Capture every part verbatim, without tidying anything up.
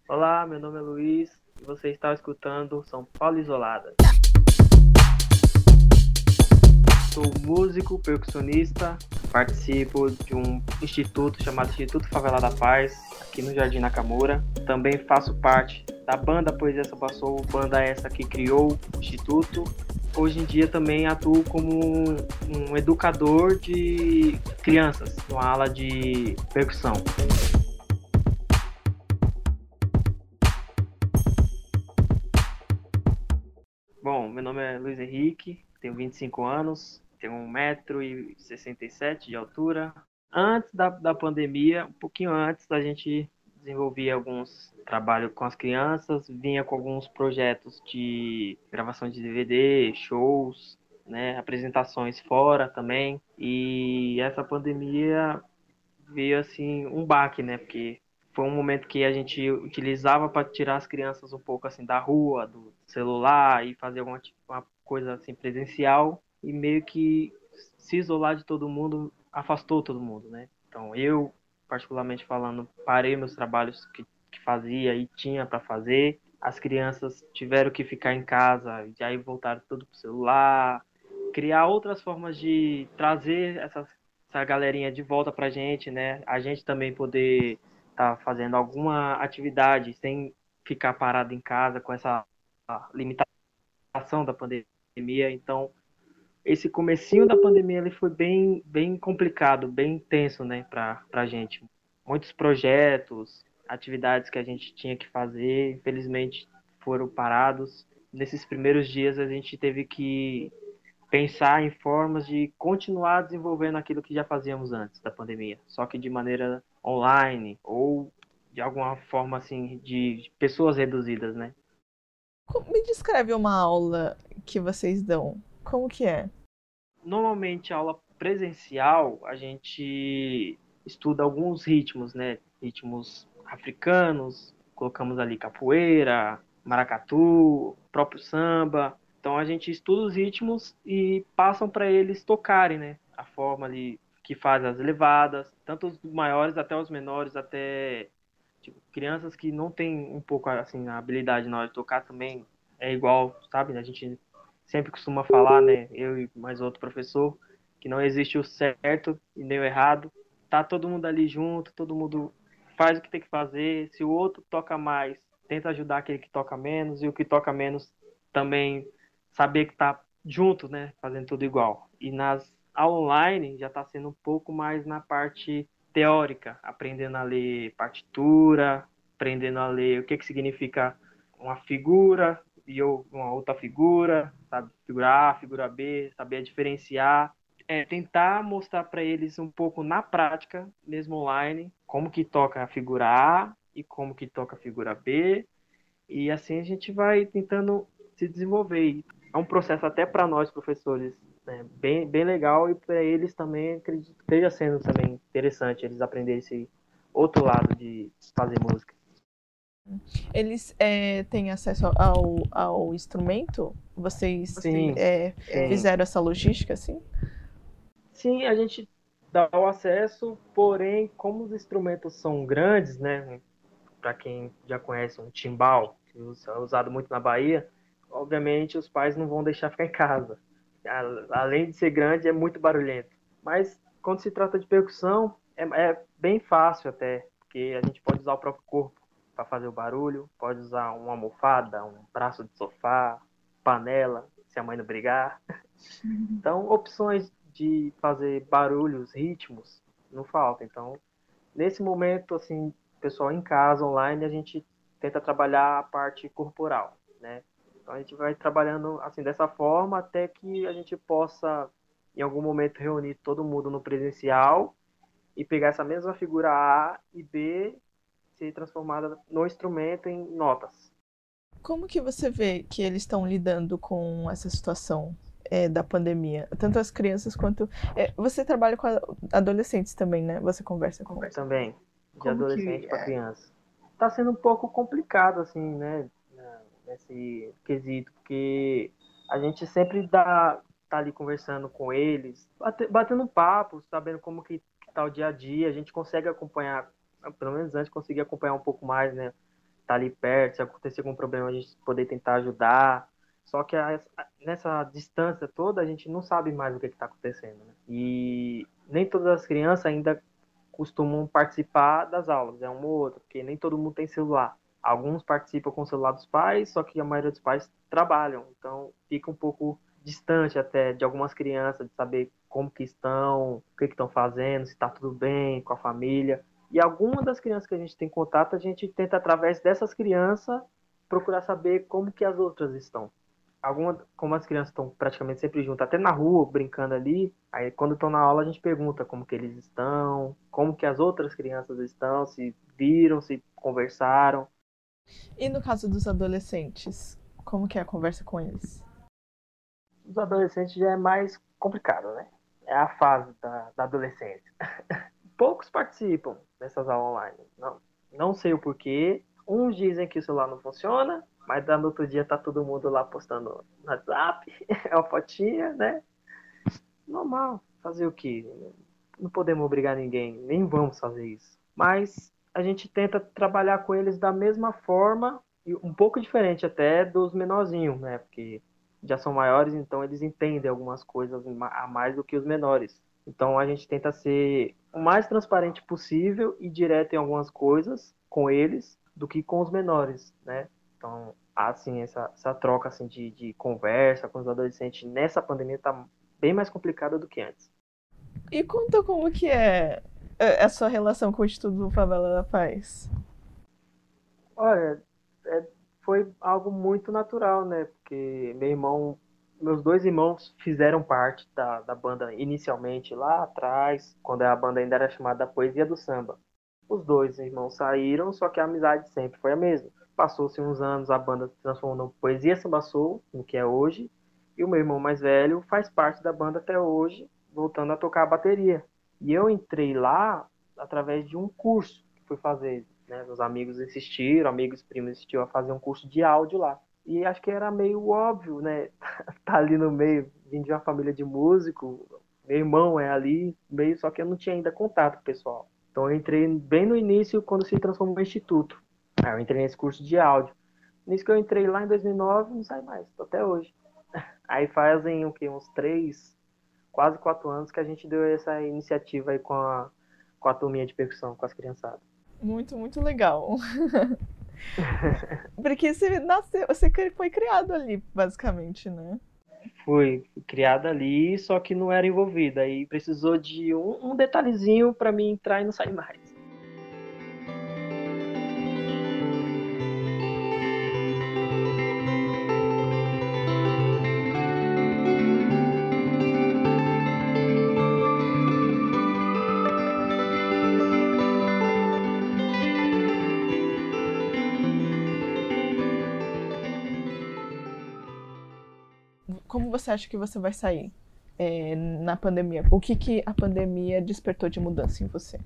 Olá, meu nome é Luiz e você está escutando São Paulo Isolada. Sou músico, percussionista, participo de um instituto chamado Instituto Favela da Paz, aqui no Jardim Nakamura. Também faço parte da banda Poesia Samba Soul, banda essa que criou o instituto. Hoje em dia também atuo como um, um educador de crianças, numa ala de percussão. Bom, meu nome é Luiz Henrique, tenho vinte e cinco anos, tenho um metro e sessenta e sete de altura. Antes da, da pandemia, um pouquinho antes, a gente desenvolvia alguns trabalhos com as crianças, vinha com alguns projetos de gravação de D V D, shows, né, apresentações fora também. E essa pandemia veio assim um baque, né? Porque foi um momento que a gente utilizava para tirar as crianças um pouco assim da rua, do celular e fazer alguma uma coisa assim presencial e meio que se isolar de todo mundo afastou todo mundo, né? Então eu, particularmente falando, parei meus trabalhos que, que fazia e tinha para fazer. As crianças tiveram que ficar em casa e aí voltaram tudo pro celular, criar outras formas de trazer essas essa galerinha de volta pra gente, né? A gente também poder estar tá fazendo alguma atividade sem ficar parado em casa com essa limitação da pandemia. Então, esse comecinho da pandemia ele foi bem, bem complicado, bem tenso, né, para a gente. Muitos projetos, atividades que a gente tinha que fazer, infelizmente foram parados. Nesses primeiros dias a gente teve que pensar em formas de continuar desenvolvendo aquilo que já fazíamos antes da pandemia, só que de maneira online ou de alguma forma assim de pessoas reduzidas, né? Me descreve uma aula que vocês dão. Como que é? Normalmente a aula presencial a gente estuda alguns ritmos, né? Ritmos africanos, colocamos ali capoeira, maracatu, próprio samba. Então a gente estuda os ritmos e passam para eles tocarem, né? A forma ali que faz as levadas, tanto os maiores até os menores, até tipo, crianças que não têm um pouco assim a habilidade na hora de tocar também é igual, sabe? A gente sempre costuma falar, né? Eu e mais outro professor, que não existe o certo e nem o errado. Tá todo mundo ali junto, todo mundo faz o que tem que fazer. Se o outro toca mais, tenta ajudar aquele que toca menos, e o que toca menos também saber que tá junto, né? Fazendo tudo igual. E nas aulas online já está sendo um pouco mais na parte teórica, aprendendo a ler partitura, aprendendo a ler o que, que significa uma figura e uma outra figura, sabe? Figura A, figura B, saber diferenciar. É tentar mostrar para eles um pouco na prática, mesmo online, como que toca a figura A e como que toca a figura B. E assim a gente vai tentando se desenvolver. É um processo até para nós, professores, né, bem, bem legal e para eles também, acredito que esteja sendo também interessante eles aprenderem esse outro lado de fazer música. Eles é, têm acesso ao, ao instrumento? Vocês Sim, é, sim. fizeram essa logística assim? Sim, a gente dá o acesso, porém, como os instrumentos são grandes, né? Para quem já conhece um timbal, que é usado muito na Bahia, obviamente os pais não vão deixar ficar em casa. Além de ser grande, é muito barulhento. Mas quando se trata de percussão, é, é bem fácil até, porque a gente pode usar o próprio corpo para fazer o barulho, pode usar uma almofada, um braço de sofá, panela, se a mãe não brigar. Então, opções de fazer barulhos, ritmos, não falta. Então, nesse momento, assim, pessoal em casa, online, a gente tenta trabalhar a parte corporal, né? Então, a gente vai trabalhando, assim, dessa forma até que a gente possa, em algum momento, reunir todo mundo no presencial e pegar essa mesma figura A e B ser transformada no instrumento em notas. Como que você vê que eles estão lidando com essa situação é, da pandemia? Tanto as crianças quanto. É, você trabalha com adolescentes também, né? Você conversa com. Também, de Como que adolescente para é? criança. Está sendo um pouco complicado, assim, né, nesse quesito, porque a gente sempre dá, tá ali conversando com eles, bate, batendo papo, sabendo como que, que tá o dia a dia, a gente consegue acompanhar, pelo menos antes conseguia acompanhar um pouco mais, né, estar ali perto, se acontecer algum problema, a gente poder tentar ajudar. Só que a, nessa distância toda, a gente não sabe mais o que está acontecendo, né? E nem todas as crianças ainda costumam participar das aulas, é um ou outro, porque nem todo mundo tem celular. Alguns participam com o celular dos pais, só que a maioria dos pais trabalham, então fica um pouco distante até de algumas crianças, de saber como que estão, o que que estão fazendo, se está tudo bem com a família. E algumas das crianças que a gente tem contato, a gente tenta, através dessas crianças, procurar saber como que as outras estão. Alguma, como as crianças estão praticamente sempre juntas, até na rua, brincando ali, aí quando estão na aula a gente pergunta como que eles estão, como que as outras crianças estão, se viram, se conversaram. E no caso dos adolescentes, como que é a conversa com eles? Os adolescentes já é mais complicado, né? É a fase da, da adolescência. Poucos participam dessas aulas online. Não, não sei o porquê. Uns dizem que o celular não funciona, mas no outro dia tá todo mundo lá postando no WhatsApp, é uma fotinha, né? Normal. Fazer o quê? Não podemos obrigar ninguém, nem vamos fazer isso. Mas a gente tenta trabalhar com eles da mesma forma, e um pouco diferente até dos menorzinhos, né? Porque já são maiores, então eles entendem algumas coisas a mais do que os menores. Então a gente tenta ser o mais transparente possível e direto em algumas coisas com eles do que com os menores, né? Então, assim, essa, essa troca assim, de, de conversa com os adolescentes nessa pandemia está bem mais complicada do que antes. E conta como que é a sua relação com o Estudo do Favela da Paz. Olha, é, foi algo muito natural, né? Porque meu irmão, meus dois irmãos fizeram parte da, da banda inicialmente lá atrás, quando a banda ainda era chamada Poesia do Samba. Os dois irmãos saíram, só que a amizade sempre foi a mesma. Passou-se uns anos, a banda se transformou no Poesia Samba Soul, no que é hoje, e o meu irmão mais velho faz parte da banda até hoje, voltando a tocar a bateria. E eu entrei lá através de um curso que fui fazer, né? Meus amigos insistiram, amigos primos insistiram a fazer um curso de áudio lá. E acho que era meio óbvio, né? Tá ali no meio, vim de uma família de músico, meu irmão é ali, meio, só que eu não tinha ainda contato com o pessoal. Então eu entrei bem no início, quando se transformou em instituto. Aí eu entrei nesse curso de áudio. Nisso que eu entrei lá em dois mil e nove, não sai mais, tô até hoje. Aí fazem o quê? Uns três, quase quatro anos que a gente deu essa iniciativa aí com a, com a turminha de percussão, com as criançadas. Muito, muito legal. Porque você nasceu, você foi criado ali, basicamente, né? Fui criada ali, só que não era envolvida. Aí precisou de um, um detalhezinho para mim entrar e não sair mais. Como você acha que você vai sair é, na pandemia? O que, que a pandemia despertou de mudança em você?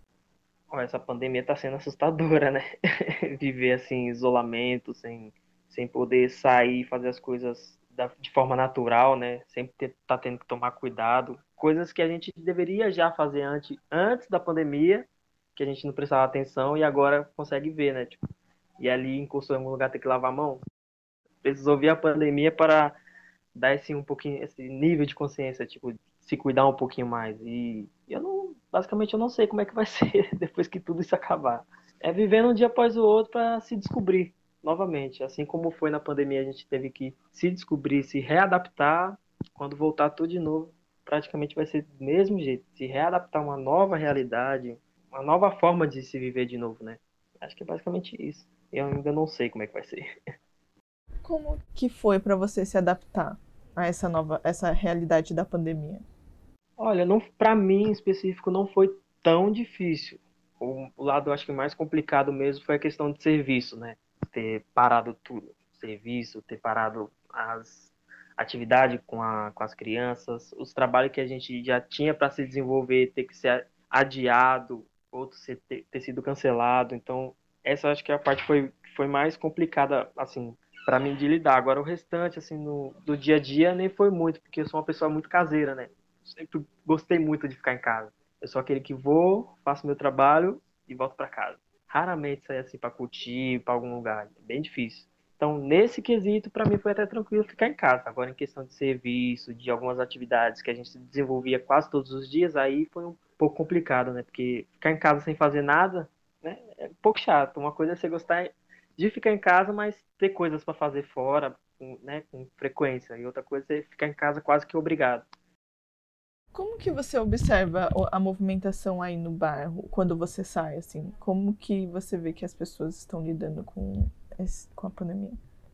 Ó, essa pandemia tá sendo assustadora, né? Viver assim, em isolamento, sem, sem poder sair e fazer as coisas da, de forma natural, né? Sempre ter, tá tendo que tomar cuidado. Coisas que a gente deveria já fazer antes, antes da pandemia, que a gente não prestava atenção e agora consegue ver, né? Tipo, e ali encostou em algum lugar ter que lavar a mão. Precisou vir a pandemia para dar esse um pouquinho esse nível de consciência, tipo, se cuidar um pouquinho mais. E eu não, basicamente eu não sei como é que vai ser depois que tudo isso acabar. É vivendo um dia após o outro para se descobrir novamente, assim como foi na pandemia, a gente teve que se descobrir, se readaptar. Quando voltar tudo de novo, praticamente vai ser do mesmo jeito, se readaptar a uma nova realidade, uma nova forma de se viver de novo, né? Acho que é basicamente isso. Eu ainda não sei como é que vai ser. Como que foi para você se adaptar a essa nova, essa realidade da pandemia? Olha, não, para mim em específico não foi tão difícil. O, o lado, eu acho que mais complicado mesmo foi a questão de serviço, né? Ter parado tudo, serviço, ter parado as atividades com, a, com as crianças, os trabalhos que a gente já tinha para se desenvolver, ter que ser adiado, outros ser, ter, ter sido cancelado. Então, essa eu acho que é a parte foi foi mais complicada, assim, para mim de lidar. Agora, o restante, assim, no, do dia a dia nem foi muito, porque eu sou uma pessoa muito caseira, né? Sempre gostei muito de ficar em casa. Eu sou aquele que vou, faço meu trabalho e volto para casa. raramente sair assim para curtir, para algum lugar, é bem difícil. Então, nesse quesito, para mim foi até tranquilo ficar em casa. Agora, em questão de serviço, de algumas atividades que a gente desenvolvia quase todos os dias, aí foi um pouco complicado, né? Porque ficar em casa sem fazer nada, né, é um pouco chato. Uma coisa é você gostar de ficar em casa, mas ter coisas para fazer fora, com, né, com frequência. E outra coisa é ficar em casa quase que obrigado. Como que você observa o- a movimentação aí no bairro quando você sai, assim? Como que você vê que as pessoas estão lidando com, esse- com a pandemia?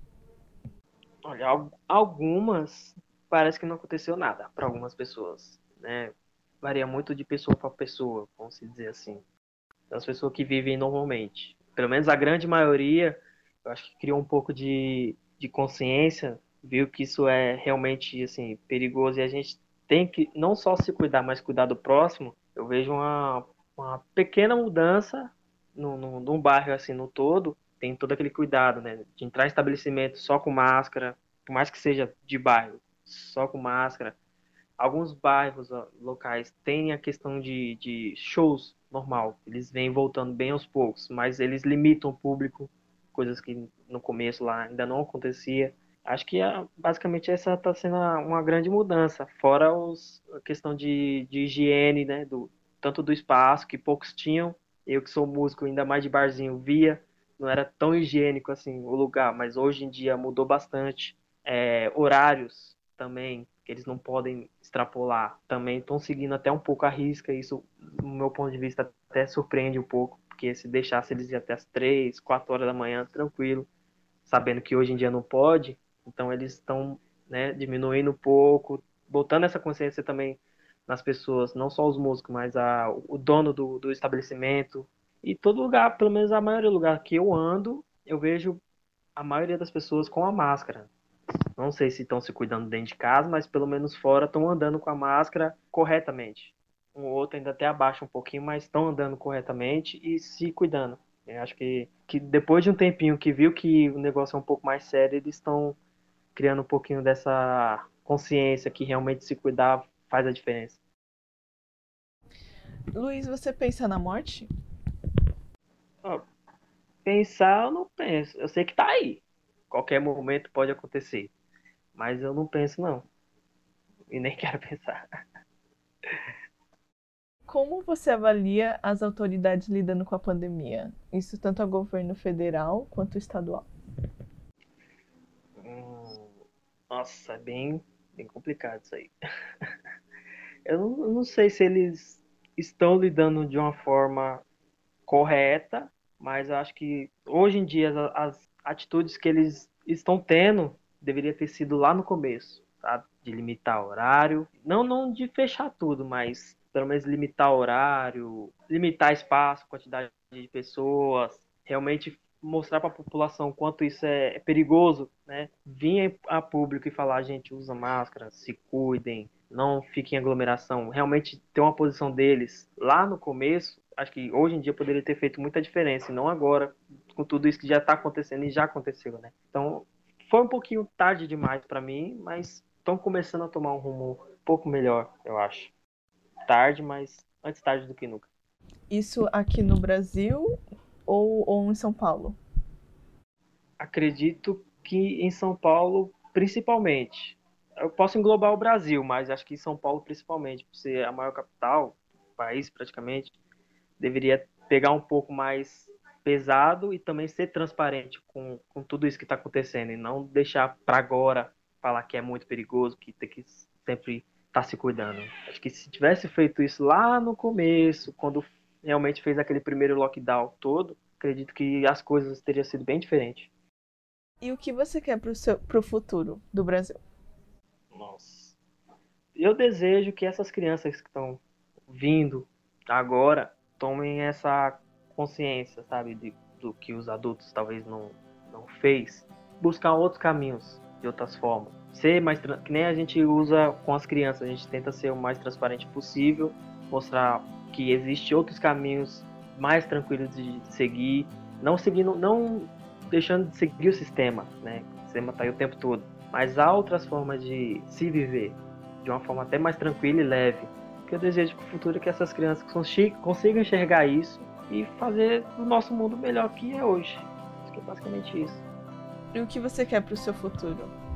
Olha, al- algumas parece que não aconteceu nada para algumas pessoas, né? Varia muito de pessoa para pessoa, vamos se dizer assim. Das pessoas que vivem normalmente. Pelo menos a grande maioria, eu acho que criou um pouco de, de consciência, viu que isso é realmente assim perigoso e a gente tem que não só se cuidar, mas cuidar do próximo. Eu vejo uma, uma pequena mudança no, no, no bairro assim no todo, tem todo aquele cuidado, né, de entrar em estabelecimento só com máscara, por mais que seja de bairro, só com máscara. Alguns bairros ó, locais têm a questão de, de shows normal, eles vêm voltando bem aos poucos, mas eles limitam o público, coisas que no começo lá ainda não acontecia. Acho que ah, basicamente essa está sendo a- uma grande mudança, fora os, a questão de, de higiene, né, do, tanto do espaço, que poucos tinham, eu que sou músico, ainda mais de barzinho, via, não era tão higiênico assim o lugar, mas hoje em dia mudou bastante. É, horários também, que eles não podem extrapolar, também estão seguindo até um pouco a risca. Isso, no meu ponto de vista, até surpreende um pouco, porque se deixasse eles ir até as três, quatro horas da manhã, tranquilo, sabendo que hoje em dia não pode, então eles estão, né, diminuindo um pouco, botando essa consciência também nas pessoas, não só os músicos, mas a, o dono do, do estabelecimento. E todo lugar, pelo menos a maioria do lugar que eu ando, eu vejo a maioria das pessoas com a máscara. Não sei se estão se cuidando dentro de casa, mas pelo menos fora estão andando com a máscara corretamente. Um ou outro ainda até abaixa um pouquinho, mas estão andando corretamente e se cuidando. Eu acho que, que depois de um tempinho que viu que o negócio é um pouco mais sério, eles estão criando um pouquinho dessa consciência que realmente se cuidar faz a diferença. Luiz, você pensa na morte? Ó, pensar, eu não penso. Eu sei que tá aí. Qualquer momento pode acontecer. Mas eu não penso, não. E nem quero pensar. Como você avalia as autoridades lidando com a pandemia? Isso tanto ao governo federal quanto estadual. Hum, nossa, é bem, bem complicado isso aí. Eu não, eu não sei se eles estão lidando de uma forma correta, mas eu acho que hoje em dia as, as atitudes que eles estão tendo deveria ter sido lá no começo, tá? De limitar horário, não não de fechar tudo, mas pelo menos limitar horário, limitar espaço, quantidade de pessoas, realmente mostrar para a população quanto isso é, é perigoso, né? Vir a público e falar, gente, usa máscara, se cuidem, não fiquem em aglomeração, realmente ter uma posição deles lá no começo, acho que hoje em dia poderia ter feito muita diferença, e não agora, com tudo isso que já está acontecendo e já aconteceu, né? Então, foi um pouquinho tarde demais para mim, mas estão começando a tomar um rumo um pouco melhor, eu acho. Tarde, mas antes tarde do que nunca. Isso aqui no Brasil ou, ou em São Paulo? Acredito que em São Paulo, principalmente. Eu posso englobar o Brasil, mas acho que em São Paulo, principalmente, por ser a maior capital do país, praticamente, deveria pegar um pouco mais pesado e também ser transparente com, com tudo isso que está acontecendo e não deixar para agora falar que é muito perigoso, que tem que sempre estar tá se cuidando. Acho que se tivesse feito isso lá no começo, quando realmente fez aquele primeiro lockdown todo, acredito que as coisas teriam sido bem diferentes. E o que você quer para o seu, pro futuro do Brasil? Nossa. Eu desejo que essas crianças que estão vindo agora tomem essa consciência, sabe, de, do que os adultos talvez não, não fez. Buscar outros caminhos, de outras formas. Ser mais, que nem a gente usa com as crianças, a gente tenta ser o mais transparente possível, mostrar que existe outros caminhos mais tranquilos de seguir, não seguindo, não deixando de seguir o sistema, né? O sistema está aí o tempo todo, mas há outras formas de se viver de uma forma até mais tranquila e leve. O que eu desejo para o futuro é que essas crianças consigam enxergar isso e fazer o nosso mundo melhor que é hoje. Acho que é basicamente isso. E o que você quer pro seu futuro?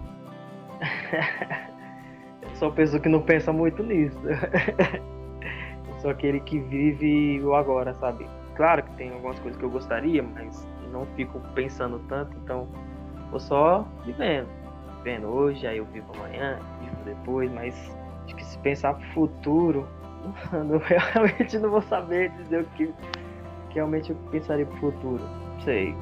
Eu sou uma pessoa que não pensa muito nisso. Eu sou aquele que vive o agora, sabe? Claro que tem algumas coisas que eu gostaria, mas não fico pensando tanto, então vou só vivendo. Vivendo hoje, aí eu vivo amanhã, vivo depois, mas acho que se pensar pro futuro, eu realmente não vou saber dizer o que, que realmente eu pensaria pro futuro. Não sei.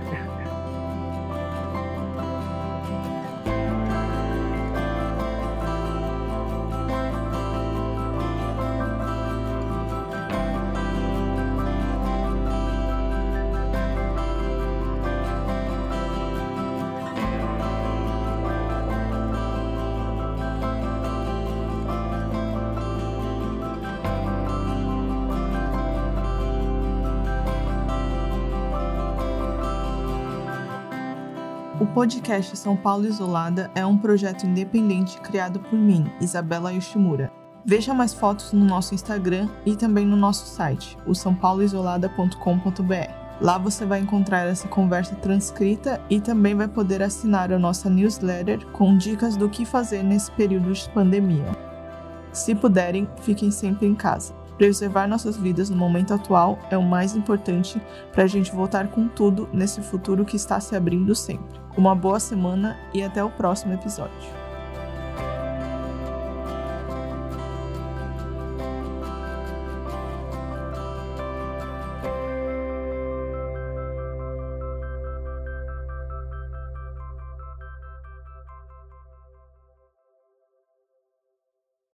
O podcast São Paulo Isolada é um projeto independente criado por mim, Isabela Yoshimura. Veja mais fotos no nosso Instagram e também no nosso site, o são paulo isolada ponto com ponto b r. Lá você vai encontrar essa conversa transcrita e também vai poder assinar a nossa newsletter com dicas do que fazer nesse período de pandemia. Se puderem, fiquem sempre em casa. Preservar nossas vidas no momento atual é o mais importante para a gente voltar com tudo nesse futuro que está se abrindo sempre. Uma boa semana e até o próximo episódio.